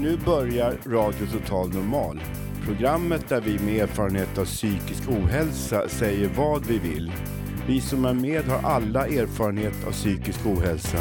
Nu börjar Radio Total Normal. Programmet där vi med erfarenhet av psykisk ohälsa säger vad vi vill. Vi som är med har alla erfarenhet av psykisk ohälsa.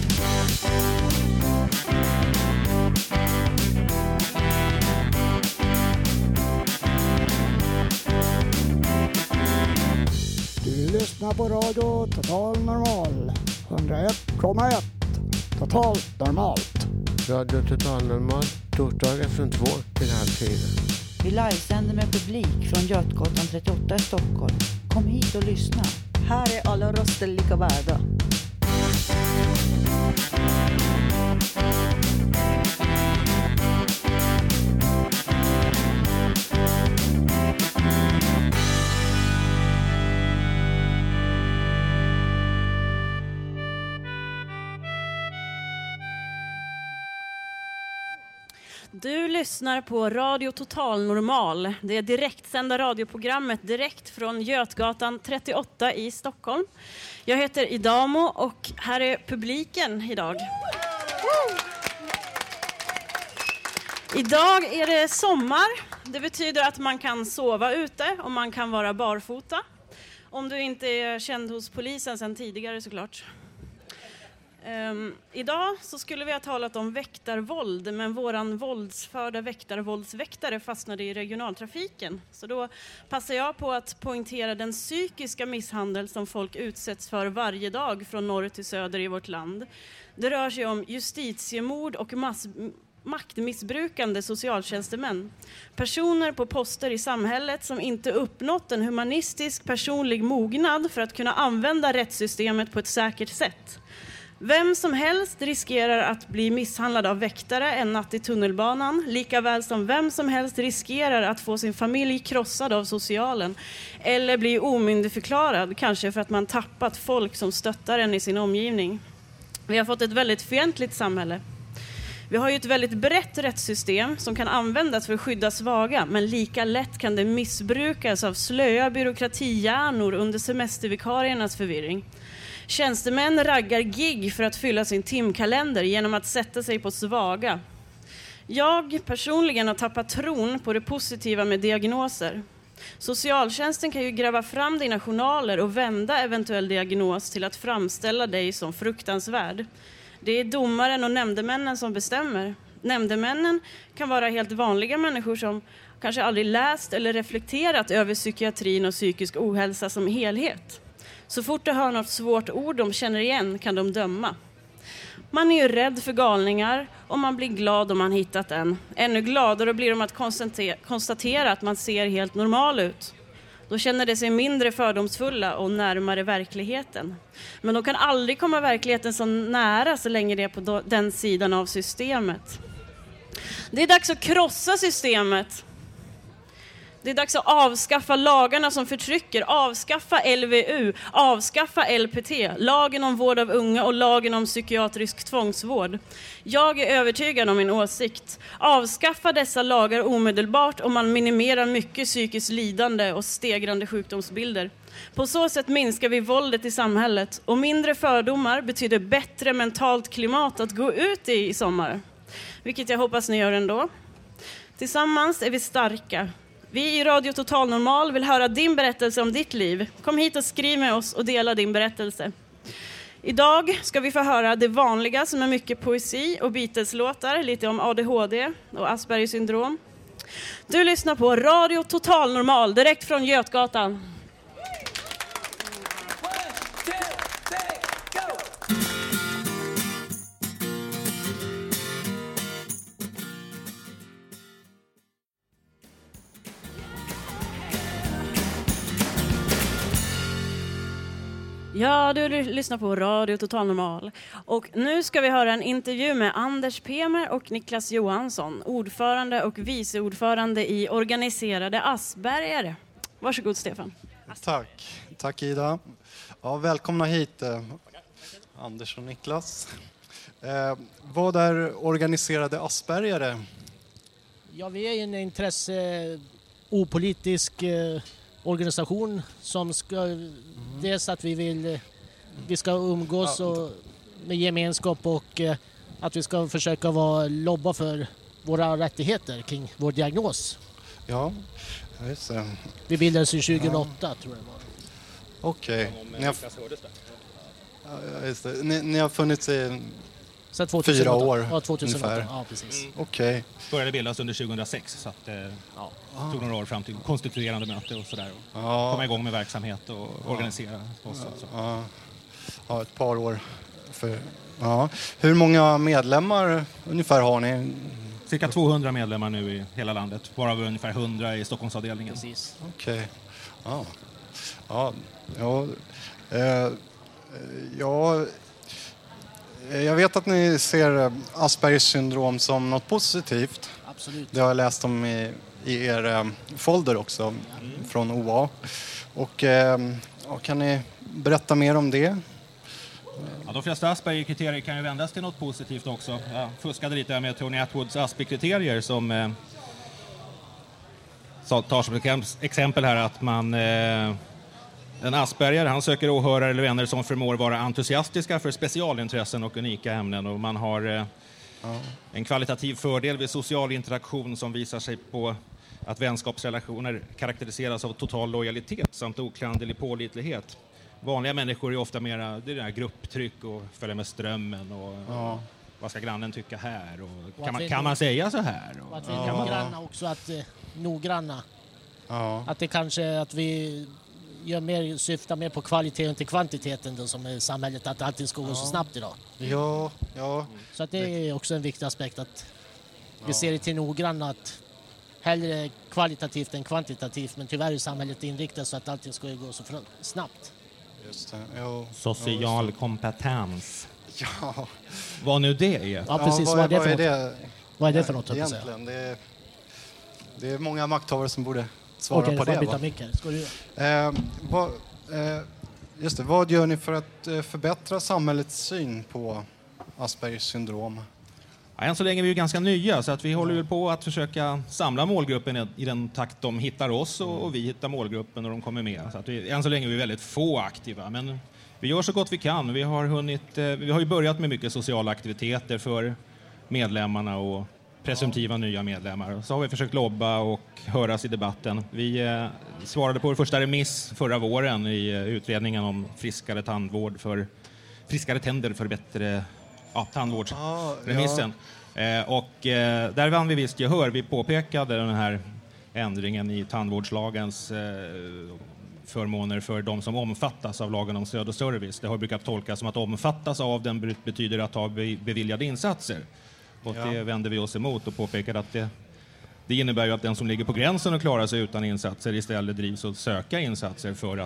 Du lyssnar på Radio Total Normal. 101,1. Totalt normalt. Radio Total Normal. Torsdagar från 2 till halv 4. Vi livesänder med publik från Götgatan 38 i Stockholm. Kom hit och lyssna. Här är alla röster lika värda. Du lyssnar på Radio Total Normal. Det är direktsända radioprogrammet direkt från Götgatan 38 i Stockholm. Jag heter Idamo och här är publiken idag. Idag är det sommar. Det betyder att man kan sova ute och man kan vara barfota. Om du inte är känd hos polisen sedan tidigare såklart. Idag så skulle vi ha talat om väktarvåld, men våran våldsförda väktarvåldsväktare fastnade i regionaltrafiken. Så då passar jag på att poängtera den psykiska misshandel som folk utsätts för varje dag från norr till söder i vårt land. Det rör sig om justitiemord och maktmissbrukande socialtjänstemän. Personer på poster i samhället som inte uppnått en humanistisk personlig mognad för att kunna använda rättssystemet på ett säkert sätt. Vem som helst riskerar att bli misshandlad av väktare en natt i tunnelbanan, lika väl som vem som helst riskerar att få sin familj krossad av socialen eller bli omyndigförklarad, kanske för att man tappat folk som stöttar en i sin omgivning. Vi har fått ett väldigt fientligt samhälle. Vi har ju ett väldigt brett rättssystem som kan användas för att skydda svaga, men lika lätt kan det missbrukas av slöa byråkratihjärnor under semestervikariernas förvirring. Tjänstemän raggar gig för att fylla sin timkalender genom att sätta sig på svaga. Jag personligen har tappat tron på det positiva med diagnoser. Socialtjänsten kan ju gräva fram dina journaler och vända eventuell diagnos till att framställa dig som fruktansvärd. Det är domaren och nämndemännen som bestämmer. Nämndemännen kan vara helt vanliga människor som kanske aldrig läst eller reflekterat över psykiatrin och psykisk ohälsa som helhet. Så fort de hör något svårt ord de känner igen kan de döma. Man är ju rädd för galningar och man blir glad om man hittat en. Ännu gladare blir de att konstatera att man ser helt normal ut. Då känner de sig mindre fördomsfulla och närmare verkligheten. Men de kan aldrig komma verkligheten så nära så länge det är på den sidan av systemet. Det är dags att krossa systemet. Det är dags att avskaffa lagarna som förtrycker, avskaffa LVU, avskaffa LPT, lagen om vård av unga och lagen om psykiatrisk tvångsvård. Jag är övertygad om min åsikt. Avskaffa dessa lagar omedelbart om man minimerar mycket psykiskt lidande och stegrande sjukdomsbilder. På så sätt minskar vi våldet i samhället och mindre fördomar betyder bättre mentalt klimat att gå ut i sommar. Vilket jag hoppas ni gör ändå. Tillsammans är vi starka. Vi i Radio Total Normal vill höra din berättelse om ditt liv. Kom hit och skriv med oss och dela din berättelse. Idag ska vi få höra det vanliga som är mycket poesi och Beatles-låtar, lite om ADHD och Aspergers syndrom. Du lyssnar på Radio Total Normal direkt från Götgatan. Ja, du lyssnar på Radio Total Normal. Och nu ska vi höra en intervju med Anders Pemer och Niklas Johansson, ordförande och viceordförande i organiserade Aspergare. Varsågod Stefan. Tack Ida. Ja, välkomna hit Anders och Niklas. Vad är organiserade Aspergare? Ja, vi är en opolitisk organisation som ska dels att vi ska umgås och med gemenskap och att vi ska försöka lobba för våra rättigheter kring vår diagnos. Ja, just det. Vi bildades 2008 tror jag det var. Okej. Ni har funnits i Sen 2008. 4 år Ja, 2008. ungefär. Ja, precis. Okej. Började bildas under 2006 så att tog några år fram till konstituerande möte och sådär. Och komma igång med verksamhet och organisera oss. Ja, ett par år. Hur många medlemmar ungefär har ni? Cirka 200 medlemmar nu i hela landet, varav ungefär 100 i Stockholmsavdelningen. Precis. Okej. Jag vet att ni ser Aspergers syndrom som något positivt. Absolut. Det har jag läst om i er folder också från OA. Och kan ni berätta mer om det? Ja, de flesta Asperger-kriterier kan ju vändas till något positivt också. Jag fuskade lite med Tony Attwoods Asperger-kriterier som tar som exempel här att man en Asperger, han söker åhörare eller vänner som förmår vara entusiastiska för specialintressen och unika ämnen, och man har en kvalitativ fördel vid social interaktion som visar sig på att vänskapsrelationer karaktäriseras av total lojalitet samt oklanderlig pålitlighet. Vanliga människor är ofta mera det där grupptryck och följa med strömmen och vad ska grannen tycka här och kan man säga så här? Och att vi är noggranna också, noggranna. Att det kanske att vi syftar mer på kvaliteten till kvantiteten då, som är samhället, att allting ska gå så snabbt idag. Ja. Så att det är också en viktig aspekt att vi ser det till noggranna, att hellre kvalitativt än kvantitativt, men tyvärr är samhället inriktat så att allting ska gå så snabbt. Just det. Social kompetens. Ja. Vad nu det är. Ja, precis. Vad är det för något? Egentligen, det är många makthavare som borde svara på det. Vad gör ni för att förbättra samhällets syn på Aspergers syndrom? Ja, än så länge är vi ju ganska nya, så att vi håller på att försöka samla målgruppen i den takt de hittar oss och vi hittar målgruppen och de kommer med. Så att än så länge är vi väldigt få aktiva, men vi gör så gott vi kan. Vi har ju börjat med mycket sociala aktiviteter för medlemmarna och presumtiva nya medlemmar. Så har vi försökt lobba och höras i debatten. Vi svarade på vår första remiss förra våren i utredningen om friskare tänder för bättre tandvårdsremissen. Och där vann vi visst gehör. Vi påpekade den här ändringen i tandvårdslagens förmåner för de som omfattas av lagen om stöd och service. Det har brukat tolkas som att omfattas av den betyder att ha beviljade insatser. Och det vände vi oss emot och påpekade att det innebär ju att den som ligger på gränsen och klarar sig utan insatser istället drivs att söka insatser för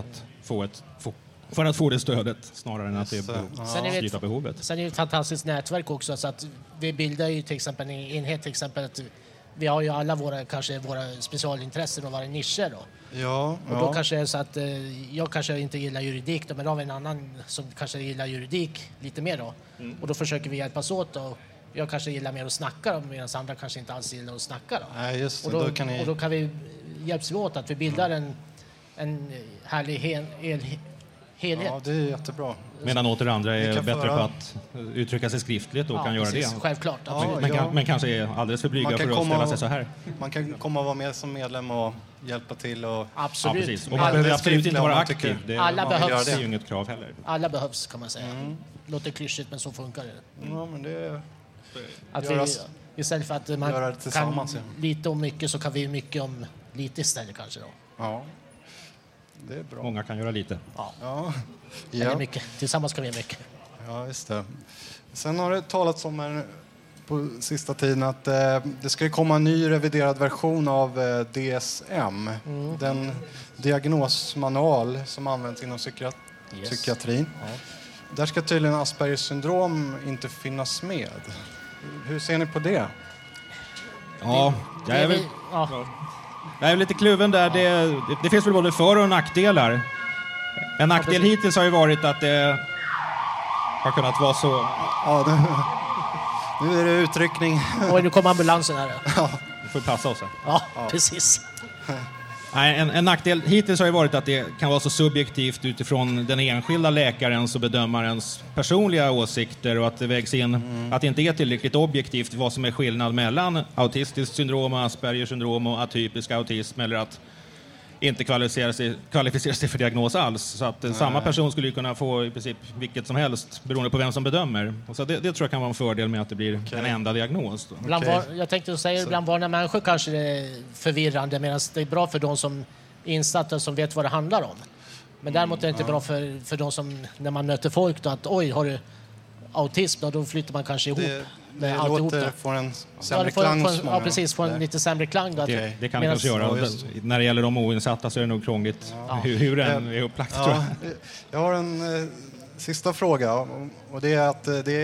att få det stödet snarare än att det styr behovet. Sen är det ett fantastiskt nätverk också, så att vi bildar ju till exempel en enhet, till exempel att vi har ju alla våra specialintressen och våra nischer då. Och då kanske det är så att jag kanske inte gillar juridik då, men då har vi en annan som kanske gillar juridik lite mer då. Och då försöker vi hjälpas åt då. Jag kanske gillar mer att snacka då, medan andra kanske inte alls gillar att snacka då. Nej, just det. Och då kan vi hjälpas åt att vi bildar en härlig helhet. Ja, det är jättebra. Medan åter andra är bättre på att uttrycka sig skriftligt och kan göra det. Självklart. Men kanske är alldeles för blyga för att ställa sig så här. Man kan komma och vara med som medlem och hjälpa till. Absolut. Ja, precis. Och man behöver absolut inte vara aktiv. Alla behövs. Det är ju inget krav heller. Alla behövs, kan man säga. Låter klyschigt, men så funkar det. Ja, men det att vi, istället för att man kan lite om mycket så kan vi mycket om lite istället kanske då. Ja. Det är bra. Många kan göra lite. Ja. Eller mycket. Tillsammans kan vi göra mycket. Ja, just det. Sen har det talats om här på sista tiden att det ska komma en ny reviderad version av DSM. Den diagnosmanual som används inom psykiatrin. Där ska tydligen Aspergers syndrom inte finnas med. Hur ser ni på det? Ja, jag är lite kluven där. Det finns väl både för- och nackdelar. En nackdel hittills har ju varit att det har kunnat vara så... Ja, nu är det utryckning. Och nu kommer ambulansen här. Ja. Vi får passa oss här. Ja, precis. En nackdel hittills har ju varit att det kan vara så subjektivt utifrån den enskilda läkarens och bedömarens personliga åsikter och att det vägs in att det inte är tillräckligt objektivt vad som är skillnad mellan autistiskt syndrom och Aspergers syndrom och atypisk autism eller att inte kvalificera sig för diagnos alls. Så att samma person skulle ju kunna få i princip vilket som helst beroende på vem som bedömer. Och så det tror jag kan vara en fördel med att det blir en enda diagnos. Jag tänkte säga bland vanliga människor kanske det är förvirrande medan det är bra för de som är insatta som vet vad det handlar om. Men däremot är det inte bra för de som när man möter folk då, att oj, har du autism då flyttar man kanske ihop. Det låter får en sämre klang. Ja, precis. Får en lite sämre klang. Då, det kan vi kanske göra. När det gäller de oinsatta så är det nog krångligt hur den är upplagt. Tror jag. Jag har en sista fråga. Och det är att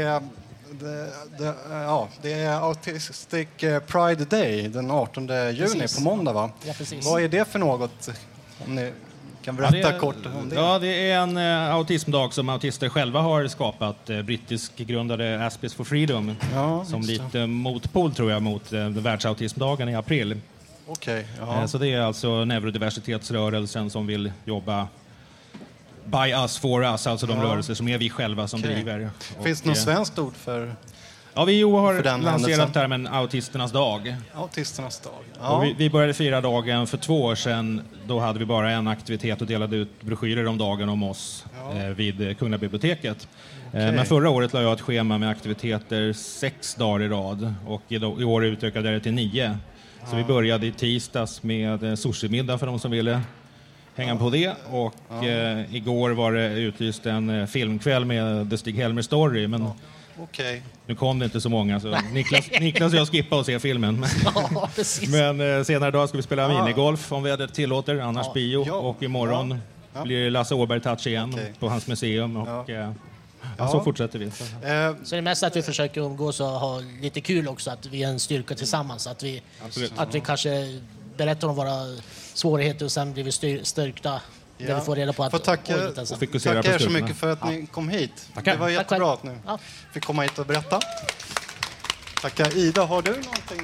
det är Autistic Pride Day den 18 juni på måndag, va? Ja, precis. Vad är det för något? Om ni kan berätta kort om det. Ja, det är en autismdag som autister själva har skapat. Brittisk grundade Aspis for Freedom. Som lite motpol tror jag mot världsautismdagen i april. Okej. Så det är alltså neurodiversitetsrörelsen som vill jobba by us, for us, alltså de rörelser som är vi själva som driver. Finns det något svenskt ord för? Ja, vi har lanserat termen Autisternas dag. Autisternas dag. Ja. Och vi började fira dagen för 2 år sedan. Då hade vi bara en aktivitet och delade ut broschyrer om dagen om oss vid Kungliga biblioteket. Men förra året la jag ett schema med aktiviteter 6 dagar i rad. Och i år utökade det till 9. Så vi började i tisdags med sushi-middag för de som ville hänga på det. Och igår var det utlyst en filmkväll med The Stig Helmer Story. Men nu kom det inte så många. Så Niklas och jag skippade att se filmen. Men senare idag ska vi spela minigolf om vädret tillåter. Annars bio. Och imorgon blir Lasse Åberg touch igen på hans museum. Och så fortsätter vi. Så det är mest att vi försöker umgås och ha lite kul också. Att vi är en styrka tillsammans. Att vi kanske berättar om våra svårigheter och sen blir vi styrkta. Där vi får reda på att... Tacka er så mycket för att ni kom hit. Tackar. Det var jättebra att ni fick komma hit och berätta. Tackar. Ida, har du någonting?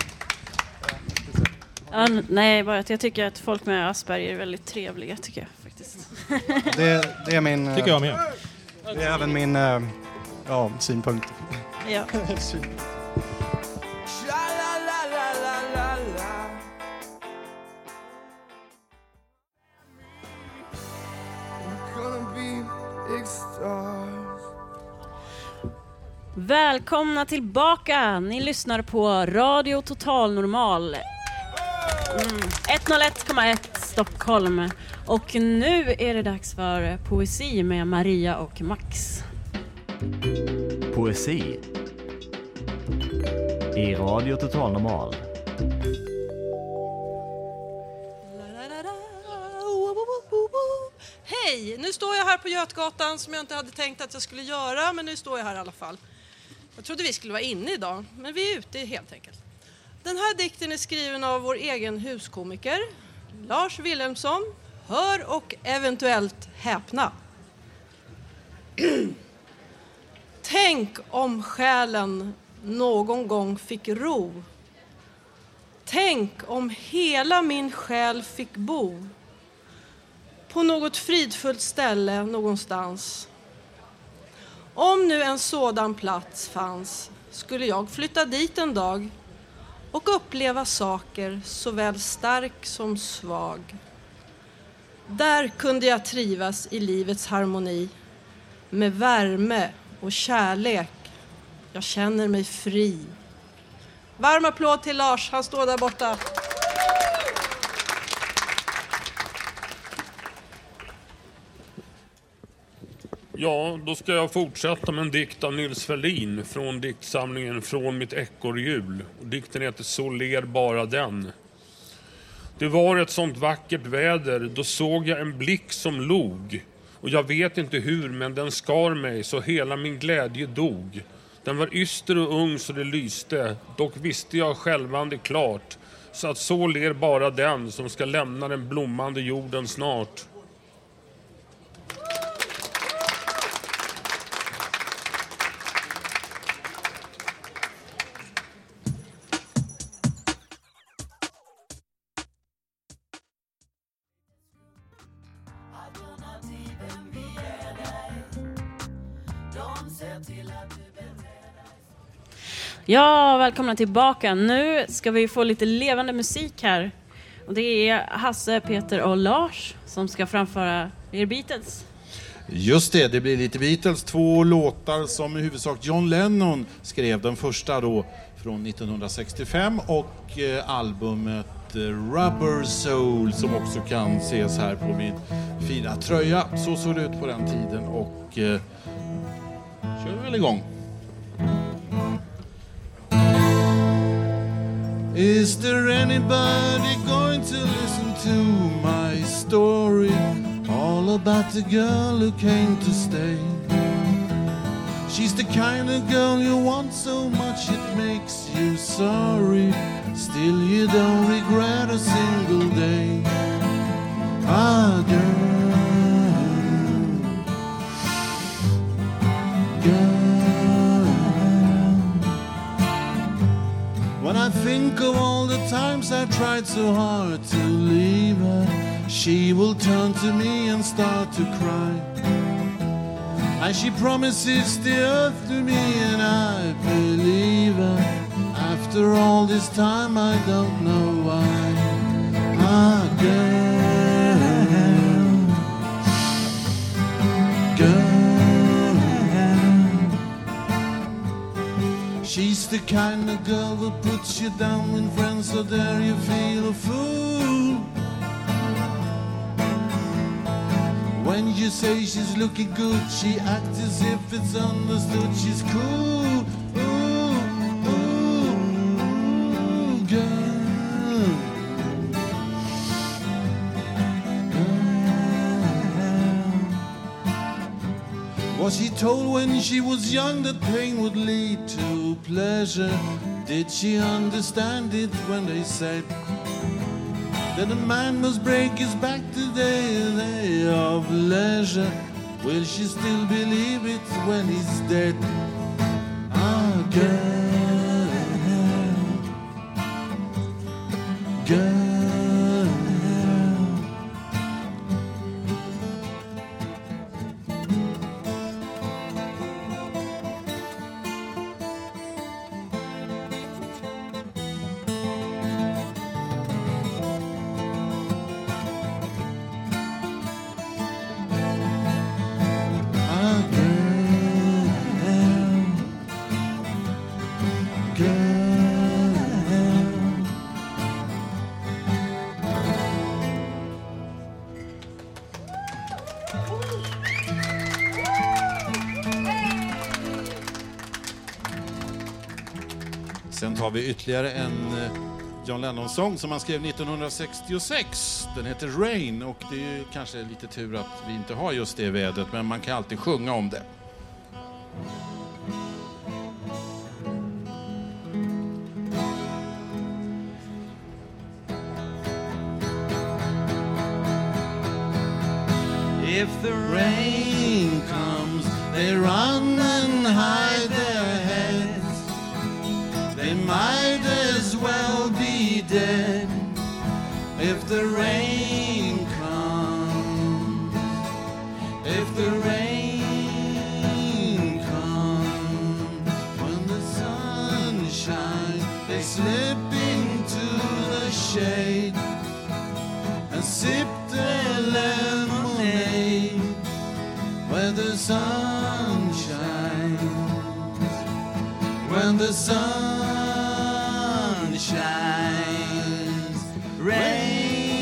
Nej, bara att jag tycker att folk med Asperger är väldigt trevliga, tycker jag faktiskt. Det är min... Tycker jag med. Det är även min synpunkt. Ja. Välkomna tillbaka. Ni lyssnar på Radio Total Normal. 101,1 Stockholm. Och nu är det dags för poesi med Maria och Max. Poesi i Radio Total Normal. Hej, nu står jag här på Götgatan som jag inte hade tänkt att jag skulle göra, men nu står jag här i alla fall. Jag trodde vi skulle vara inne idag, men vi är ute helt enkelt. Den här dikten är skriven av vår egen huskomiker, Lars Wilhelmsson. Hör och eventuellt häpna. Tänk om själen någon gång fick ro. Tänk om hela min själ fick bo på något fridfullt ställe någonstans. Om nu en sådan plats fanns skulle jag flytta dit en dag och uppleva saker såväl stark som svag. Där kunde jag trivas i livets harmoni med värme och kärlek. Jag känner mig fri. Varm applåd till Lars, han står där borta. Ja, då ska jag fortsätta med en dikt av Nils Ferlin från diktsamlingen Från mitt ekorrhjul. Dikten heter Så ler bara den. Det var ett sånt vackert väder, då såg jag en blick som log. Och jag vet inte hur, men den skar mig så hela min glädje dog. Den var yster och ung så det lyste, dock visste jag självande klart. Så att så ler bara den som ska lämna den blommande jorden snart. Ja, välkomna tillbaka. Nu ska vi få lite levande musik här. Och det är Hasse, Peter och Lars som ska framföra er Beatles. Just det, det blir lite Beatles. 2 låtar som i huvudsak John Lennon skrev. Den första då från 1965 och albumet Rubber Soul som också kan ses här på min fina tröja. Så såg det ut på den tiden och kör väl igång. Is there anybody going to listen to my story? All about the girl who came to stay. She's the kind of girl you want so much it makes you sorry. Still you don't regret a single day. Ah, girl, girl. When I think of all the times I tried so hard to leave her, she will turn to me and start to cry. And she promises the earth to me and I believe her. After all this time I don't know why. Ah, girl, girl. She's the kind of girl who puts you down when friends are there, you feel a fool. When you say she's looking good, she acts as if it's understood she's cool. Ooh, ooh, girl. Was she told when she was young that pain would lead to pleasure? Did she understand it when they said that a man must break his back today, a day of leisure? Will she still believe it when he's dead? Ah, girl, girl. Sen tar vi ytterligare en John Lennon-sång som han skrev 1966. Den heter Rain och det är kanske lite tur att vi inte har just det vädret, men man kan alltid sjunga om det. If the rain comes, they run and hide their heads. They might as well be dead. If the rain comes, if the rain comes, when the sun shines, they slip into the shade and sip their lemonade where the sun shines, when the sun shines, rain.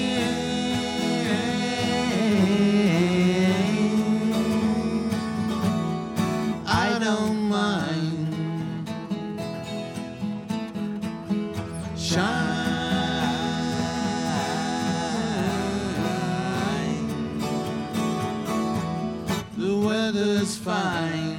I don't mind. Shine. The weather's fine.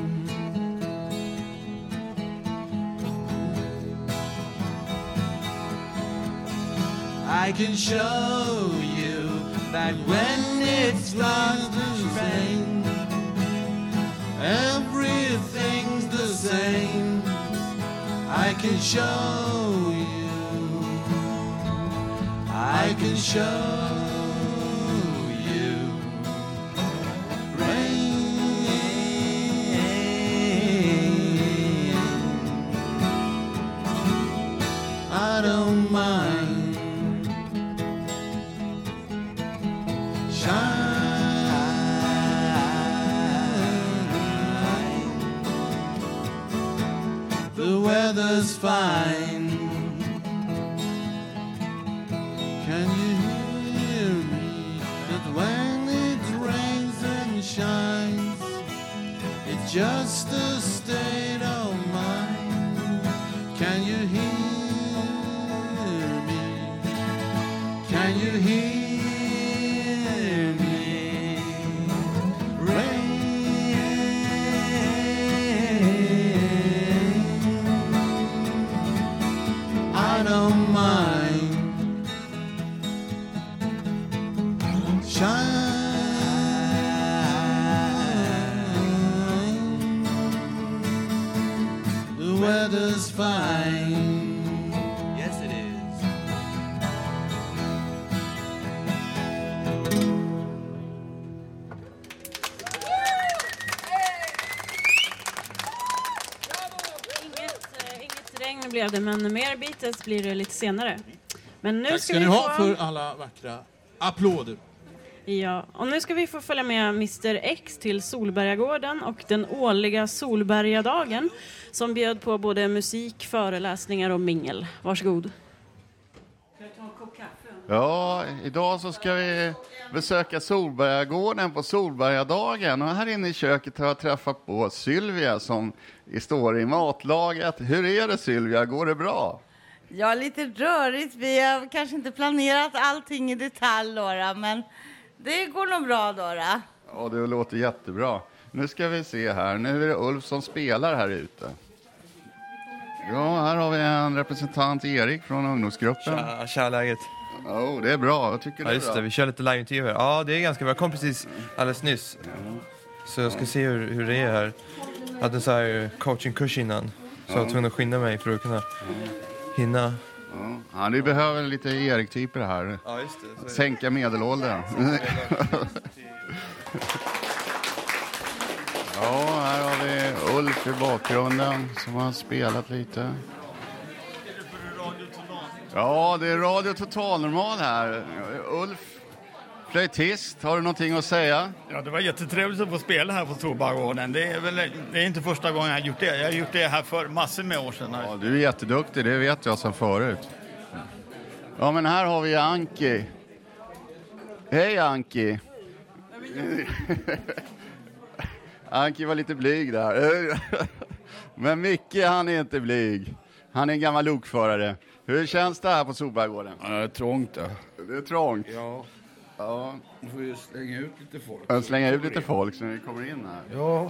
I can show you that when it starts to rain, everything's the same. I can show you, I can show you rain. I don't mind. Shine. The weather's fine. Can you hear me? That when it rains and shines, it's just a state of mind. Can you hear me? Can you hear me? Rain. I don't mind. Shine. The weather's fine. Yes, it is. Inget regn blev det, men mer Beatles blir det lite senare. Men nu Tack ska ni ha för alla vackra applåder. Ja, och nu ska vi få följa med Mr X till Solbergagården och den årliga Solbergadagen som bjöd på både musik, föreläsningar och mingel. Varsågod. Ja, idag så ska vi besöka Solbergagården på Solbergadagen. Och här inne i köket har jag träffat på Sylvia som står i matlaget. Hur är det, Sylvia? Går det bra? Ja, lite rörigt. Vi har kanske inte planerat allting i detalj, Laura, men det går nog bra, Dora. Ja, det låter jättebra. Nu ska vi se här. Nu är det Ulf som spelar här ute. Ja, här har vi en representant, Erik, från ungdomsgruppen. Tja, läget. Oh, det är bra. Jag tycker det är just bra. det. Vi kör lite live-intervjuer. Ja, det är ganska bra. Jag kom precis alldeles nyss. Så jag ska se hur det är här. Jag hade en så här coachingkurs innan. Så jag var tvungen att skynda mig för att kunna hinna. Ja, ni behöver lite Erik-typer här. Ja, just det. Sänka medelåldern. Ja, här har vi Ulf i bakgrunden som har spelat lite. Ja, det är Radio Total Normal här. Ulf, flöjtist, har du någonting att säga? Ja, det var jättetrevligt att få spela här på Solbergagården. Det är inte första gången jag har gjort det. Jag har gjort det här för massor med år sedan. Ja, du är jätteduktig, det vet jag sedan förut. Ja, men här har vi Anki. Hej, Anki. Anki var lite blyg där. Men Micke, han är inte blyg. Han är en gammal lokförare. Hur känns det här på Solbergagården? Ja, det är trångt. Det är trångt? Ja. Ja. Nu får vi slänga ut lite folk. Slänga ut lite folk så ni kommer in här. Ja.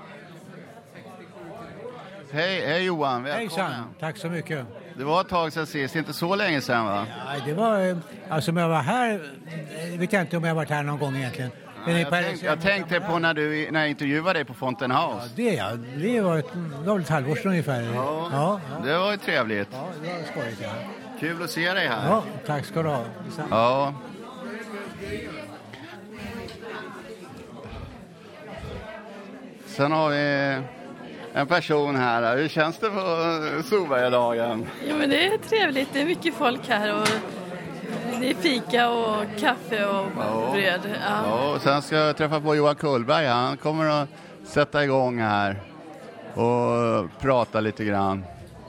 Hej Johan, välkommen. Hejsan, tack så mycket. Det var ett tag sedan sist, inte så länge sedan va? Ja, det var, alltså om jag var här, vet jag inte om jag har varit här någon gång egentligen. Men jag tänkte på när jag intervjuade dig på Fountain House. Ja, det var ett halvår sedan ungefär. Ja. Det var ju trevligt. Ja, det var skojigt, ja. Kul att se dig här. Ja, tack ska du ha. Ja. Sen har vi en person här. Hur känns det på Solbergadagen? Ja, men det är trevligt. Det är mycket folk här och det är fika och kaffe och bröd. Ja, och sen ska jag träffa på Johan Kullberg. Han kommer att sätta igång här och prata lite grann.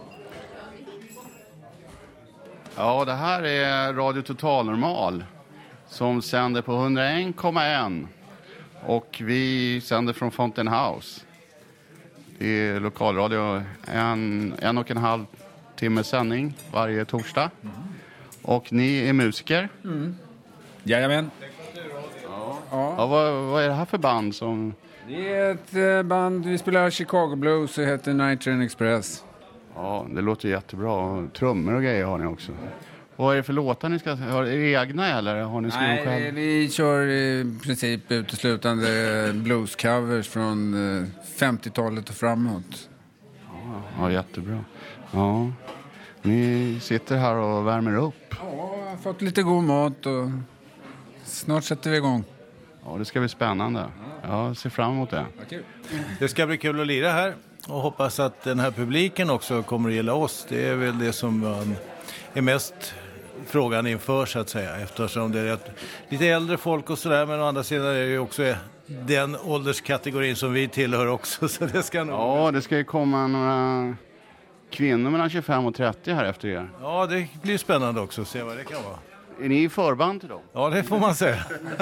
Ja, det här är Radio Total Normal som sänder på 101,1 och vi sänder från Fountain House. Det är lokalradio, en och en halv timme sändning varje torsdag. Och ni är musiker? Jajamän. Ja, vad är det här för band som... Det är ett band, vi spelar Chicago Blues, det heter Night Train Express. Ja, det låter jättebra. Trummor och grejer har ni också. Vad är det för låtar ni ska... Har ni egna eller har ni skrivit själv? Nej, vi kör i princip uteslutande bluescovers från 50-talet och framåt. Ja, jättebra. Ja, ni sitter här och värmer upp. Ja, jag har fått lite god mat och snart sätter vi igång. Ja, det ska bli spännande. Ja, jag ser fram emot det. Det ska bli kul att lira här. och hoppas att den här publiken också kommer att gilla oss. Det är väl det som är mest frågan inför, så att säga, eftersom det är lite äldre folk och sådär, men å andra sidan är det ju också den ålderskategorin som vi tillhör också, så det ska nog... Ja, det ska ju komma några kvinnor mellan 25 och 30 här efter er. Ja, det blir spännande också att se vad det kan vara. Är ni i förband till dem? Ja, det får man säga.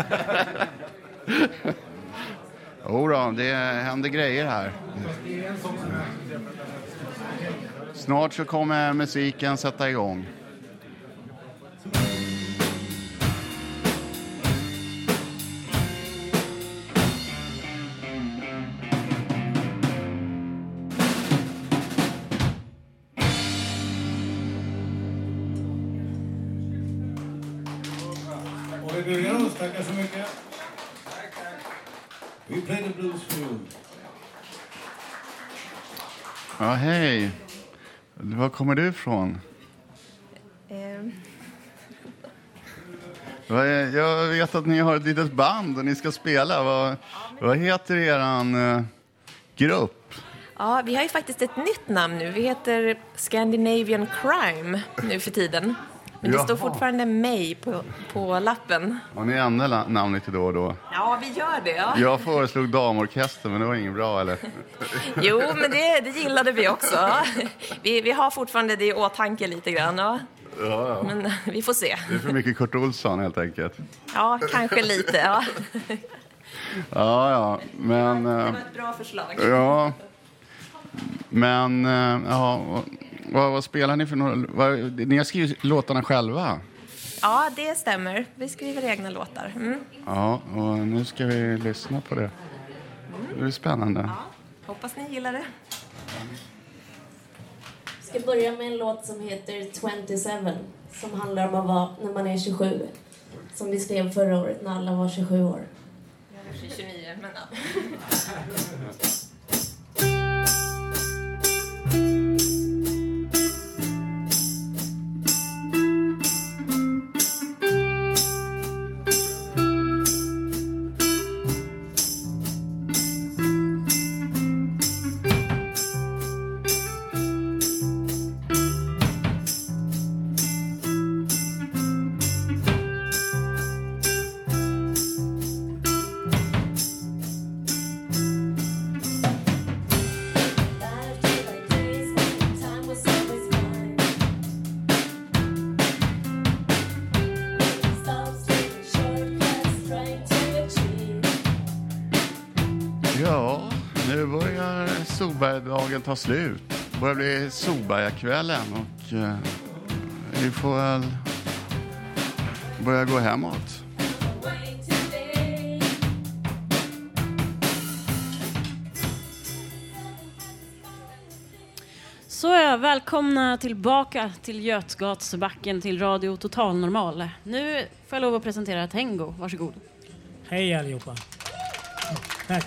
Jodå, det händer grejer här. Snart så kommer musiken sätta igång. Och vi börjar oss, tackar så mycket. We play the blues for you. Ja, hej. Var kommer du ifrån? Jag vet att ni har ett litet band och ni ska spela. Vad heter eran grupp? Ja, vi har ju faktiskt ett nytt namn nu. Vi heter Scandinavian Crime nu för tiden. Men det står fortfarande mig på lappen. Och ni ändrar namn lite då och då? Ja, vi gör det. Ja. Jag föreslog damorkester, men det var inget bra, eller? Jo, men det gillade vi också. Vi har fortfarande det i åtanke lite grann. Ja. Ja. Men vi får se. Det är för mycket Kurt Olsson, helt enkelt. Ja, kanske lite, ja. Ja, men... Det var ett bra förslag. Ja, men... Ja, vad spelar ni för några... Ni har skrivit låtarna själva? Ja, det stämmer. Vi skriver egna låtar. Mm. Ja, och nu ska vi lyssna på det. Det är spännande. Ja, hoppas ni gillar det. Jag ska börja med en låt som heter 27, som handlar om att vara när man är 27. Som vi skrev förra året när alla var 27 år. Jag var 29, men ja. Dagen tar slut. Det börjar bli Solbergakvällen och vi får väl börja gå hemåt. Så välkomna tillbaka till Götgatsbacken till Radio Total Normal. Nu får jag lov att presentera Tengo. Varsågod. Hej allihopa. Tack.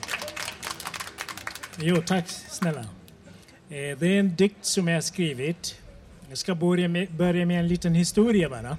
Jo, tack snälla. Det är en dikt som jag har skrivit. Jag ska börja med en liten historia bara.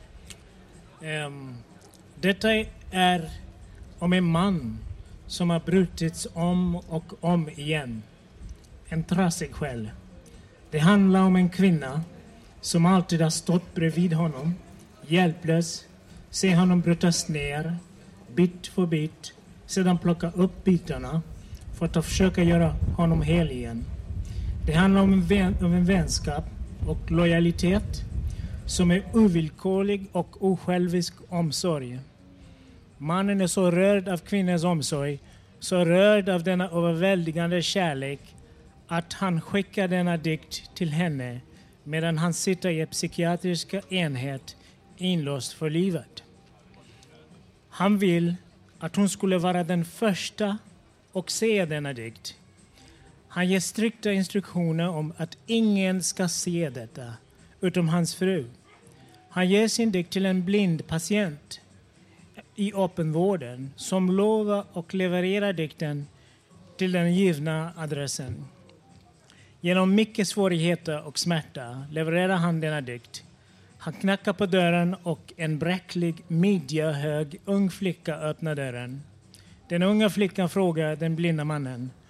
Detta är om en man som har brutits om och om igen. En trasig själ. Det handlar om en kvinna som alltid har stått bredvid honom, hjälplös, se honom bruttas ner, bit för bit, sedan plocka upp bitarna för att försöka göra honom hel igen. Det handlar om en vänskap och lojalitet som är ovillkorlig och osjälvisk omsorg. Mannen är så rörd av kvinnans omsorg, så rörd av denna överväldigande kärlek att han skickar denna dikt till henne medan han sitter i en psykiatrisk enhet inlåst för livet. Han vill att hon skulle vara den första och se denna dikt. Han ger strikta instruktioner om att ingen ska se detta utom hans fru. Han ger sin dikt till en blind patient i öppenvården som lovar och levererar dikten till den givna adressen. Genom mycket svårigheter och smärta levererar han denna dikt. Han knackar på dörren och en bräcklig, midjehög ung flicka öppnar dörren. Den unga flickan frågar den blinda mannen: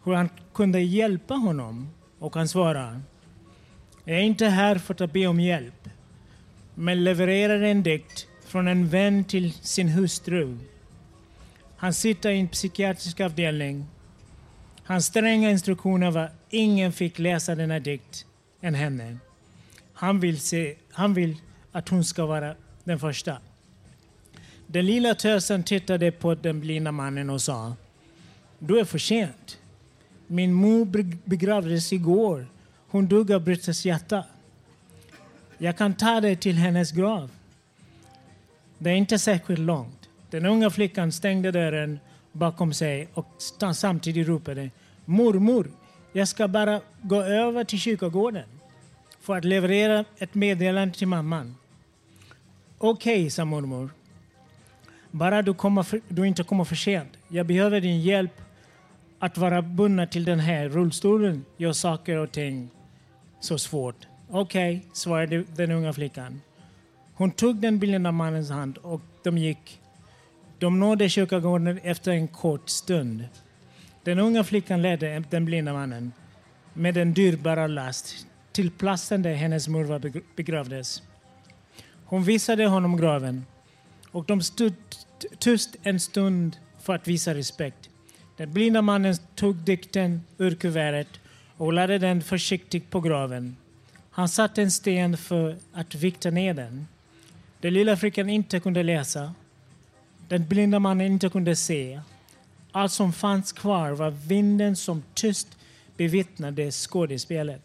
hur han kunde hjälpa honom, och han svarade: jag är inte här för att be om hjälp, men levererar en dikt från en vän till sin hustru. Han sitter i en psykiatrisk avdelning. Hans stränga instruktioner var: ingen fick läsa denna dikt än henne. Han vill att hon ska vara den första. Den lilla tösen tittade på den blinda mannen och sa: du är för sent. Min mor begravdes igår. Hon dog av bruttet hjärta. Jag kan ta dig till hennes grav. Det är inte särskilt långt. Den unga flickan stängde dörren bakom sig och samtidigt ropade: mormor, jag ska bara gå över till kyrkogården för att leverera ett meddelande till mamman. Okej, sa mormor. Bara du inte kommer för sent. Jag behöver din hjälp att vara bunden till den här rullstolen. Gör saker och ting så svårt. Okej, svarade den unga flickan. Hon tog den blinda mannens hand och de gick. De nådde kyrkogården efter en kort stund. Den unga flickan ledde den blinda mannen med en dyrbara last till platsen där hennes mor var begravdes. Hon visade honom graven och de stod tyst en stund för att visa respekt. Den blinda mannen tog dikten ur kuvertet och lade den försiktigt på graven. Han satte en sten för att vikta ner den. Den lilla flickan inte kunde läsa. Den blinda mannen inte kunde se. Allt som fanns kvar var vinden som tyst bevittnade skådespelet.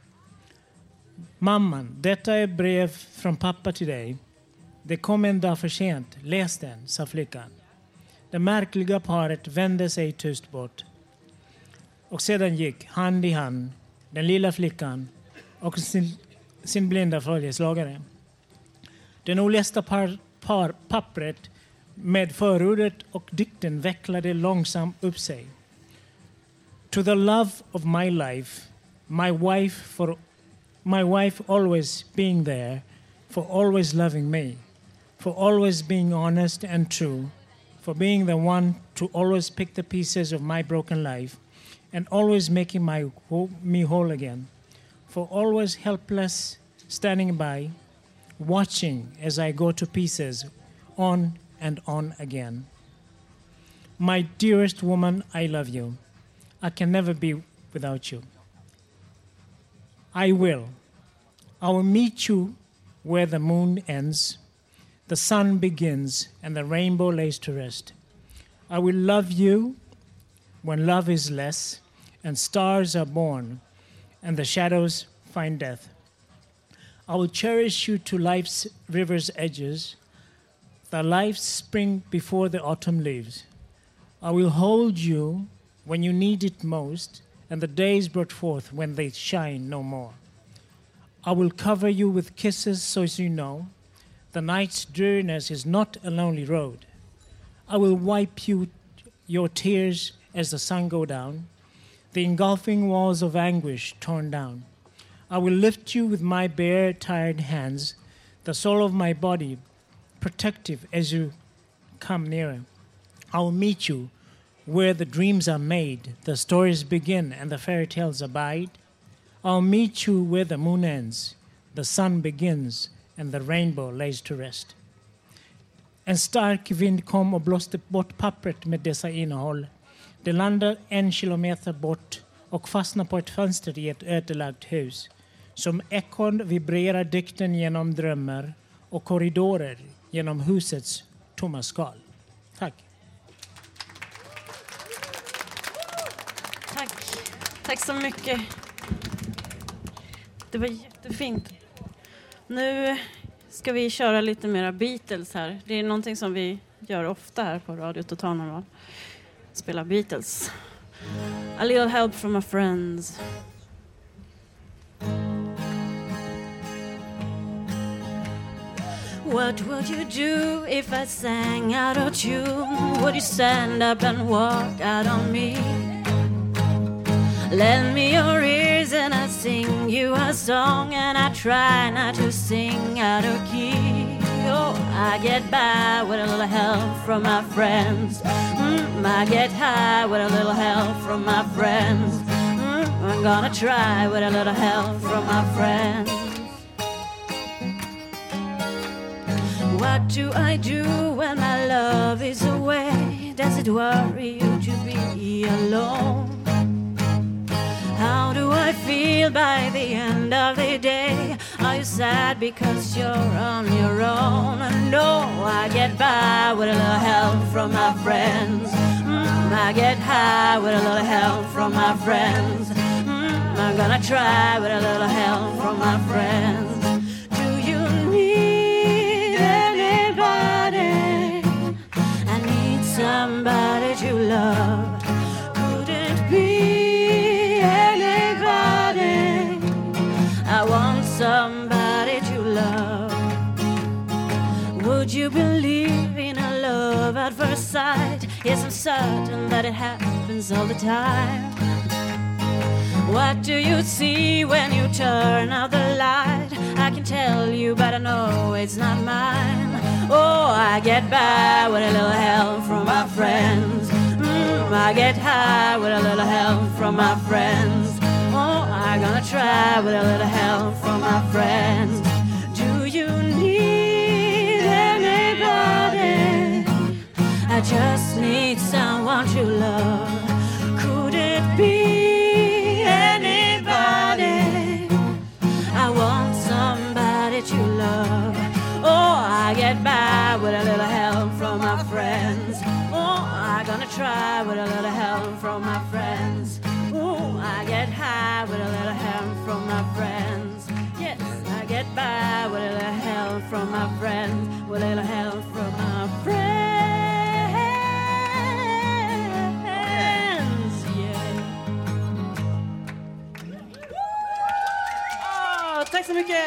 Mamman, detta är brev från pappa till dig. Det kom en dag för sent. Läs den, sa flickan. Det märkliga paret vände sig tyst bort. Och sedan gick hand i hand den lilla flickan och sin blinda följeslagare. Den olästa pappret med förordet och dikten vecklade långsamt upp sig. To the love of my life, my wife always being there, for always loving me, for always being honest and true, for being the one to always pick the pieces of my broken life and always making me whole again, for always helpless standing by, watching as I go to pieces on and on again. My dearest woman, I love you. I can never be without you. I will meet you where the moon ends, the sun begins, and the rainbow lays to rest. I will love you when love is less, and stars are born, and the shadows find death. I will cherish you to life's river's edges, the life's spring before the autumn leaves. I will hold you when you need it most, and the days brought forth when they shine no more. I will cover you with kisses so as you know the night's dreariness is not a lonely road. I will wipe your tears as the sun go down, the engulfing walls of anguish torn down. I will lift you with my bare, tired hands, the soul of my body, protective as you come nearer. I will meet you where the dreams are made, the stories begin, and the fairy tales abide. I'll meet you where the moon ends, the sun begins, and the rainbow lays to rest. En stark vind kom och blåste bort pappret med dessa innehåll. Det landade 1 kilometer bort och fastnade på ett fönster i ett ödelagt hus. Som ekon vibrerar dikten genom drömmar och korridorer genom husets tomma skal. Tack. Tack så mycket. Det var jättefint. Nu ska vi köra lite mera Beatles här. Det är någonting som vi gör ofta här på Radio Total Normal. Spela Beatles. A little help from my friends. What would you do if I sang out of tune? Would you stand up and walk out on me? Lend me your ears and I'll sing you a song, and I try not to sing out of key. Oh, I get by with a little help from my friends. I get high with a little help from my friends. I'm gonna try with a little help from my friends. What do I do when my love is away? Does it worry you to be alone? How do I feel by the end of the day? Are you sad because you're on your own? No, I get by with a little help from my friends. I get high with a little help from my friends. I'm gonna try with a little help from my friends. Do you need anybody? I need somebody to love. Could it be anybody? I want somebody to love. Would you believe in a love at first sight? Yes, I'm certain that it happens all the time. What do you see when you turn out the light? I can tell you, but I know it's not mine. Oh, I get by with a little help from my friends. I get high with a little help from my friends. Oh, I'm gonna try with a little help from my friends. Do you need anybody? I just need someone to love. Could it be anybody? I want somebody to love. Oh, I get by with a little help from my friends. Oh, I'm gonna try with a little help from my friends. Oh, I get high with a little help from my friends. Yes, I get by with a little help from my friends. With a little help from my friends. Tack så mycket!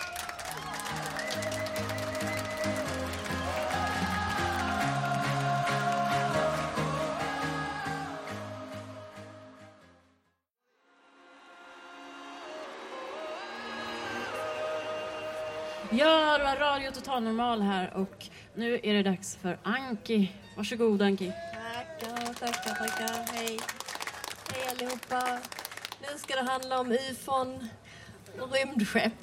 Ja, det var Radio Total Normal här och nu är det dags för Anki. Varsågod Anki. Tackar. Hej allihopa. Nu ska det handla om UFON. Rymdskepp.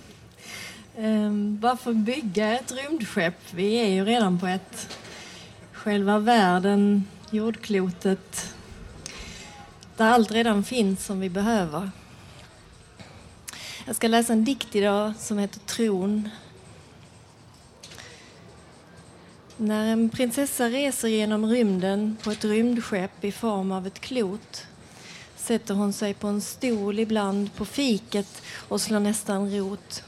Varför bygga ett rymdskepp? Vi är ju redan på ett. Själva världen, jordklotet, där allt redan finns som vi behöver. Jag ska läsa en dikt idag som heter Tron. När en prinsessa reser genom rymden på ett rymdskepp i form av ett klot sätter hon sig på en stol ibland på fiket och slår nästan rot.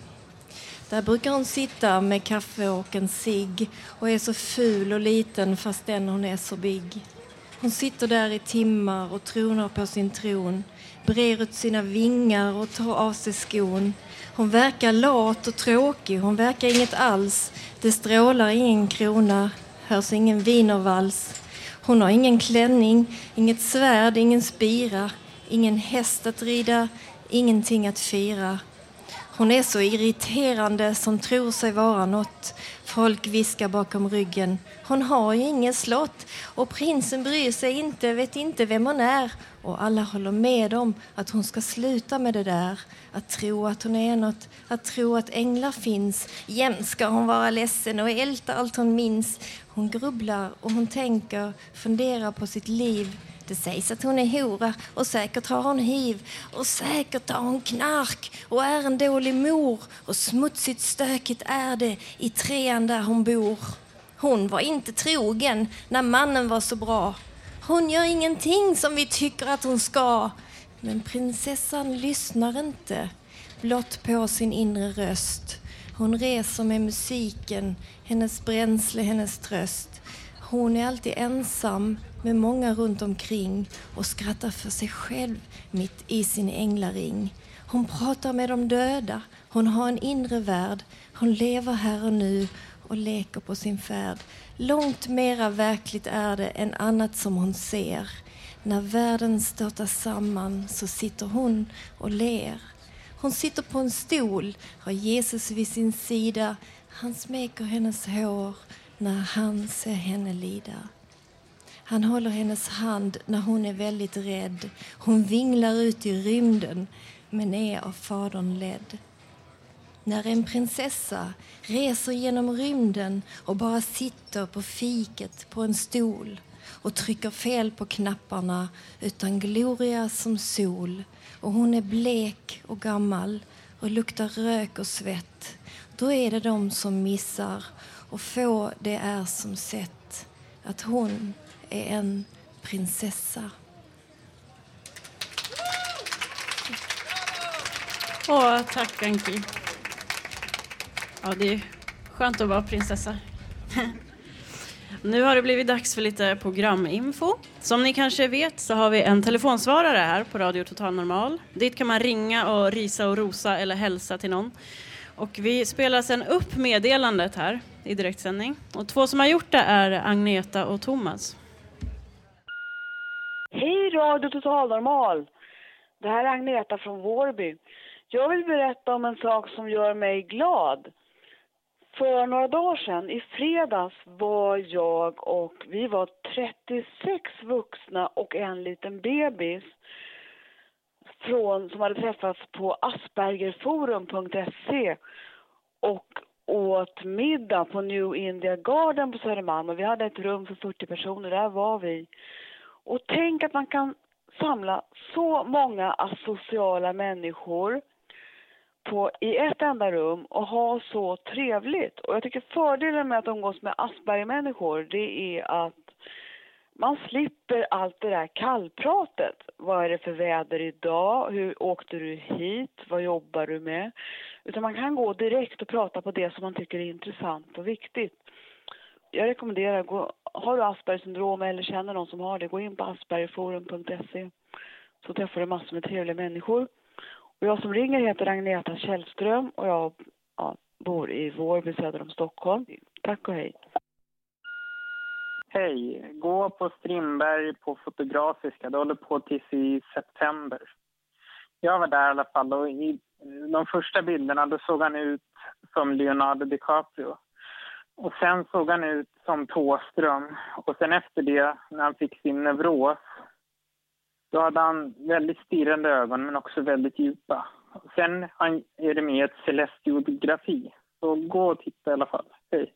Där brukar hon sitta med kaffe och en cigg och är så ful och liten fastän hon är så big. Hon sitter där i timmar och tronar på sin tron, brer ut sina vingar och tar av sig skon. Hon verkar lat och tråkig, hon verkar inget alls. Det strålar ingen krona, hörs ingen wienervals. Hon har ingen klänning, inget svärd, ingen spira, ingen häst att rida, ingenting att fira. Hon är så irriterande som tror sig vara något. Folk viskar bakom ryggen. Hon har ju ingen slott. Och prinsen bryr sig inte, vet inte vem hon är. Och alla håller med om att hon ska sluta med det där. Att tro att hon är något. Att tro att änglar finns. Jämt ska hon vara ledsen och älta allt hon minns. Hon grubblar och hon tänker, funderar på sitt liv. Det sägs att hon är hora och säkert har hon hiv och säkert har hon knark och är en dålig mor och smutsigt stökigt är det i trean där hon bor. Hon var inte trogen när mannen var så bra. Hon gör ingenting som vi tycker att hon ska. Men prinsessan lyssnar inte blott på sin inre röst. Hon reser med musiken, hennes bränsle, hennes tröst. Hon är alltid ensam med många runt omkring och skrattar för sig själv mitt i sin änglaring. Hon pratar med de döda, hon har en inre värld. Hon lever här och nu och leker på sin färd. Långt mera verkligt är det än annat som hon ser. När världen störtar samman så sitter hon och ler. Hon sitter på en stol, har Jesus vid sin sida. Han smeker hennes hår när han ser henne lida. Han håller hennes hand när hon är väldigt rädd. Hon vinglar ut i rymden men är av fadern ledd. När en prinsessa reser genom rymden och bara sitter på fiket på en stol och trycker fel på knapparna utan gloria som sol, och hon är blek och gammal och luktar rök och svett, då är det de som missar, och få det är som sett att hon är en prinsessa. Tack Anki. Ja, det är skönt att vara prinsessa. Nu har det blivit dags för lite programinfo. Som ni kanske vet så har vi en telefonsvarare här på Radio Total Normal. Dit kan man ringa och risa och rosa eller hälsa till någon. Och vi spelar sen upp meddelandet här i direktsändning. Och 2 som har gjort det är Agneta och Thomas. Hej Radio Total Normal. Det här är Agneta från Vårby. Jag vill berätta om en sak som gör mig glad. För några dagar sedan, i fredags, var jag och vi var 36 vuxna och en liten bebis som hade träffats på aspergerforum.se och åt middag på New India Garden på Södermalm. Och vi hade ett rum för 40 personer, där var vi. Och tänk att man kan samla så många asociala människor i ett enda rum och ha så trevligt. Och jag tycker fördelen med att umgås med Asperger-människor, det är att man slipper allt det där kallpratet. Vad är det för väder idag? Hur åkte du hit? Vad jobbar du med? Utan man kan gå direkt och prata på det som man tycker är intressant och viktigt. Jag rekommenderar, har du Asperger-syndrom eller känner någon som har det, gå in på aspergerforum.se, så träffar du massor med trevliga människor. Och jag som ringer heter Agneta Källström och jag bor i Vårby söder om Stockholm. Tack och hej. Hej, gå på Strindberg på Fotografiska. Det håller på tills i september. Jag var där i alla fall och i de första bilderna då såg han ut som Leonardo DiCaprio. Och sen såg han ut som Thåström. Och sen efter det, när han fick sin neuros, då hade han väldigt stirrande ögon men också väldigt djupa. Sen är det med ett celestiografi. Så gå och titta i alla fall. Hej.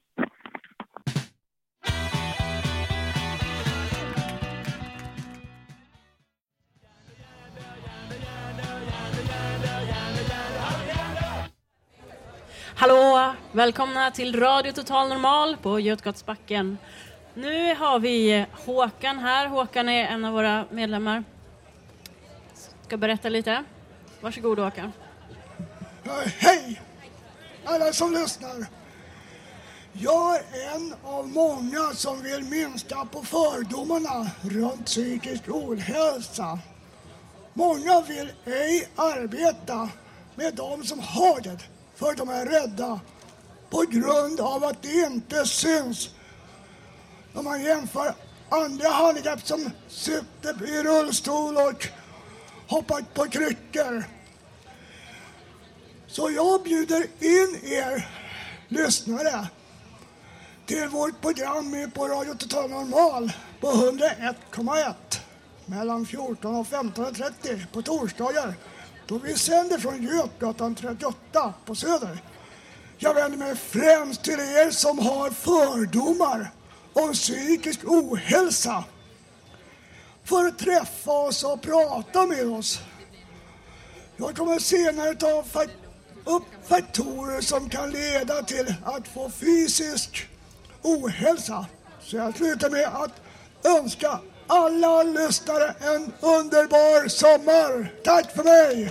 Hallå! Välkomna till Radio Total Normal på Götgatsbacken. Nu har vi Håkan här. Håkan är en av våra medlemmar. Ska berätta lite. Varsågod Håkan. Hej alla som lyssnar. Jag är en av många som vill minska på fördomarna runt psykisk ohälsa. Många vill ej arbeta med de som har det, för de är rädda på grund av att det inte syns. Om man jämför andra handikapp som sitter i rullstol och hoppar på kryckor. Så jag bjuder in er lyssnare till vårt program på Radio Total Normal på 101,1 mellan 14 och 15.30 på torsdagar, då vi sänder från Götgatan 38 på Söder. Jag vänder mig främst till er som har fördomar om psykisk ohälsa, för att träffa oss och prata med oss. Jag kommer senare ta upp faktorer som kan leda till att få fysisk ohälsa. Så jag slutar med att önska alla lyssnare en underbar sommar. Tack för mig!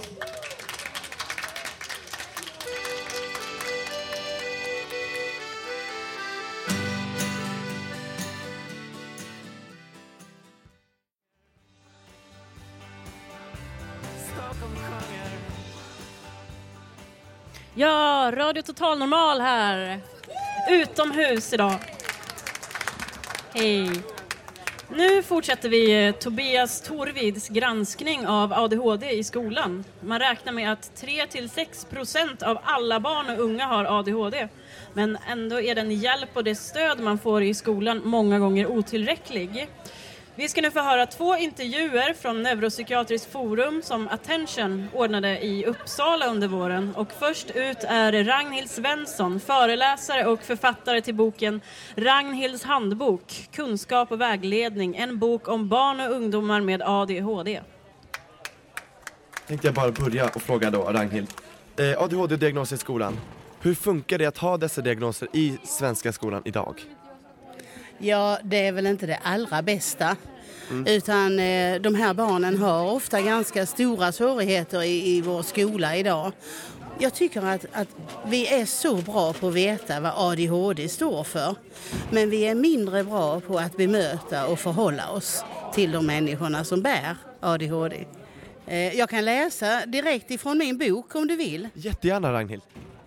Ja, Radio Total Normal här. Utomhus idag. Hej. Nu fortsätter vi Tobias Torvids granskning av ADHD i skolan. Man räknar med att 3-6% av alla barn och unga har ADHD. Men ändå är den hjälp och det stöd man får i skolan många gånger otillräcklig. Vi ska nu få höra 2 intervjuer från Neuropsykiatriskt forum som Attention ordnade i Uppsala under våren. Och först ut är Ragnhild Svensson, föreläsare och författare till boken Ragnhilds handbok, kunskap och vägledning, en bok om barn och ungdomar med ADHD. Tänkte jag bara börja och fråga då, Ragnhild. ADHD-diagnoser i skolan. Hur funkar det att ha dessa diagnoser i svenska skolan idag? Ja, det är väl inte det allra bästa. Utan de här barnen har ofta ganska stora svårigheter i vår skola idag. Jag tycker att vi är så bra på att veta vad ADHD står för. Men vi är mindre bra på att bemöta och förhålla oss till de människorna som bär ADHD. Jag kan läsa direkt ifrån min bok om du vill. Jättegärna, Ragnhild.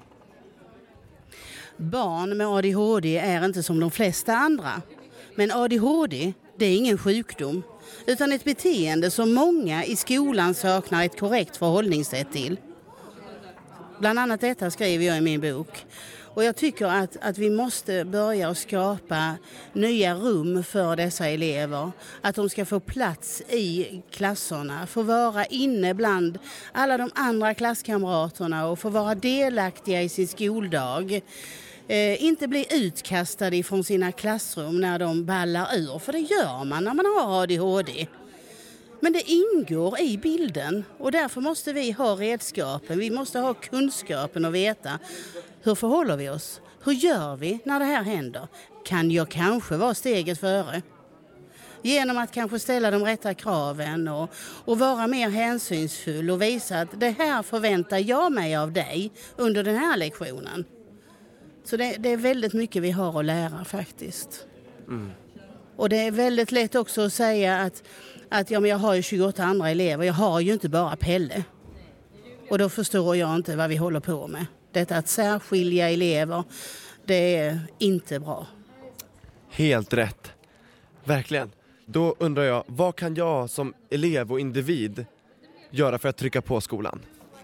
Barn med ADHD är inte som de flesta andra. Men ADHD, det är ingen sjukdom. Utan ett beteende som många i skolan saknar ett korrekt förhållningssätt till. Bland annat detta skriver jag i min bok. Och jag tycker att vi måste börja att skapa nya rum för dessa elever. Att de ska få plats i klasserna, få vara inne bland alla de andra klasskamraterna och få vara delaktiga i sin skoldag. Inte bli utkastade från sina klassrum när de ballar ur, för det gör man när man har ADHD. Men det ingår i bilden och därför måste vi ha redskapen, vi måste ha kunskapen och veta hur förhåller vi oss? Hur gör vi när det här händer? Kan jag kanske vara steget före? Genom att kanske ställa de rätta kraven och vara mer hänsynsfull och visa att det här förväntar jag mig av dig under den här lektionen. Så det är väldigt mycket vi har att lära faktiskt. Och det är väldigt lätt också att säga att ja, men jag har ju 28 andra elever, jag har ju inte bara Pelle. Och då förstår jag inte vad vi håller på med. Detta att särskilja elever, det är inte bra. Helt rätt. Verkligen. Då undrar jag, vad kan jag som elev och individ göra för att trycka på skolan?